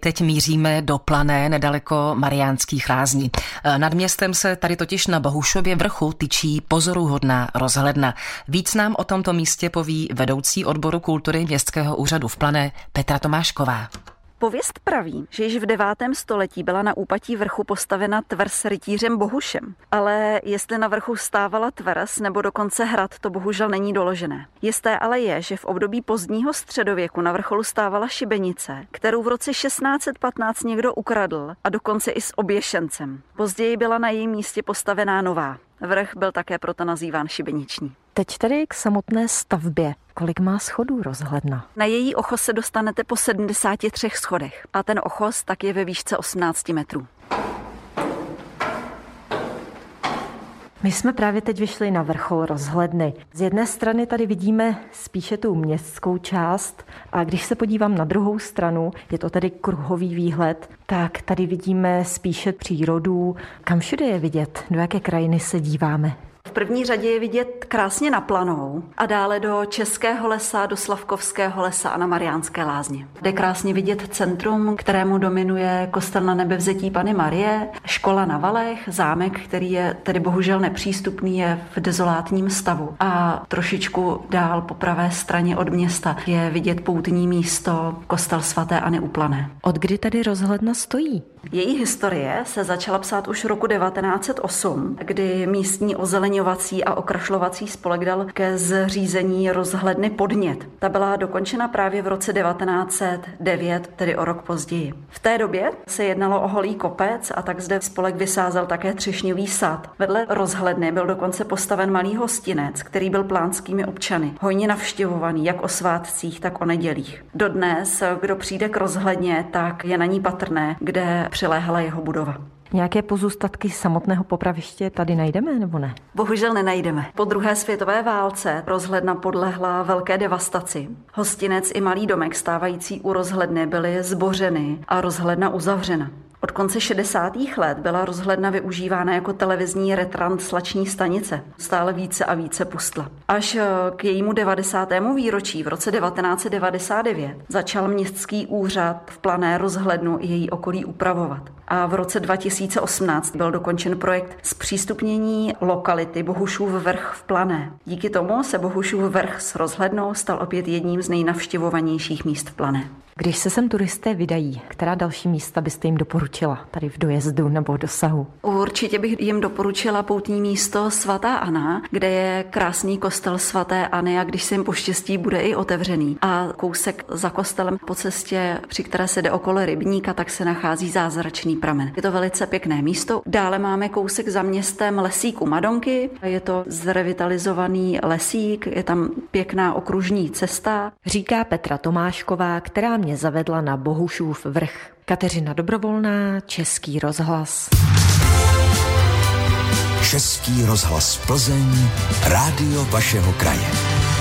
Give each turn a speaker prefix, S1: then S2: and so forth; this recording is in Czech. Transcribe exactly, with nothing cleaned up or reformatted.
S1: teď míříme do Plané, nedaleko Mariánských Lázní. Nad městem se tady totiž na Bohušově vrchu tyčí pozoruhodná rozhledna. Víc nám o tomto místě poví vedoucí odboru kultury Městského úřadu v Plané Petra Tomášková.
S2: Pověst praví, že již v devátém století byla na úpatí vrchu postavena tvrz rytířem Bohušem. Ale jestli na vrchu stávala tvrz nebo dokonce hrad, to bohužel není doložené. Jisté ale je, že v období pozdního středověku na vrcholu stávala šibenice, kterou v roce šestnáct set patnáct někdo ukradl a dokonce i s oběšencem. Později byla na jejím místě postavená nová. Vrch byl také proto nazýván šibeniční.
S3: Teď tedy k samotné stavbě. Kolik má schodů rozhledna?
S2: Na její ochos se dostanete po sedmdesáti třech schodech a ten ochos tak je ve výšce osmnáct metrů.
S3: My jsme právě teď vyšli na vrchol rozhledny. Z jedné strany tady vidíme spíše tu městskou část a když se podívám na druhou stranu, je to tady kruhový výhled, tak tady vidíme spíše přírodu. Kam všude je vidět? Do jaké krajiny se díváme?
S2: V první řadě je vidět krásně na Planou a dále do Českého lesa, do Slavkovského lesa a na Mariánské Lázně. Jde krásně vidět centrum, kterému dominuje kostel Na Nebevzetí Panny Marie, škola na Valech, zámek, který je tedy bohužel nepřístupný, je v dezolátním stavu. A trošičku dál po pravé straně od města je vidět poutní místo, kostel svaté Anny u Plané.
S3: Od kdy tady rozhledna stojí?
S2: Její historie se začala psát už roku devatenáct set osm, kdy místní ozeleňovací a okrašlovací spolek dal ke zřízení rozhledny podnět. Ta byla dokončena právě v roce devatenáct set devět, tedy o rok později. V té době se jednalo o holý kopec a tak zde spolek vysázel také třešňový sad. Vedle rozhledny byl dokonce postaven malý hostinec, který byl plánskými občany hojně navštěvovaný jak o svátcích, tak o nedělích. Dodnes, kdo přijde k rozhledně, tak je na ní patrné, kde přiléhala jeho budova.
S3: Nějaké pozůstatky samotného popraviště tady najdeme, nebo ne?
S2: Bohužel nenajdeme. Po druhé světové válce rozhledna podlehla velké devastaci. Hostinec i malý domek stávající u rozhledny byly zbořeny a rozhledna uzavřena. Od konce šedesátých let byla rozhledna využívána jako televizní retranslační stanice. Stále více a více pustla. Až k jejímu devadesátému výročí v roce devatenáct set devadesát devět začal městský úřad v Plané rozhlednu i její okolí upravovat. A v roce dva tisíce osmnáct byl dokončen projekt zpřístupnění lokality Bohušův vrch v Plané. Díky tomu se Bohušův vrch s rozhlednou stal opět jedním z nejnavštěvovanějších míst v Plané.
S3: Když se sem turisté vydají, která další místa byste jim doporučila tady v dojezdu nebo dosahu?
S2: Určitě bych jim doporučila poutní místo svatá Anna, kde je krásný kostel svaté Anny a když se jim poštěstí, bude i otevřený. A kousek za kostelem po cestě, při které se jde okolo rybníka, tak se nachází zázračný pramen. Je to velice pěkné místo. Dále máme kousek za městem lesík u Madonky. Je to zrevitalizovaný lesík, je tam pěkná okružní cesta.
S3: Říká Petra Tomášková, která mě zavedla na Bohušův vrch. Kateřina Dobrovolná, Český rozhlas.
S4: Český rozhlas Plzeň, rádio vašeho kraje.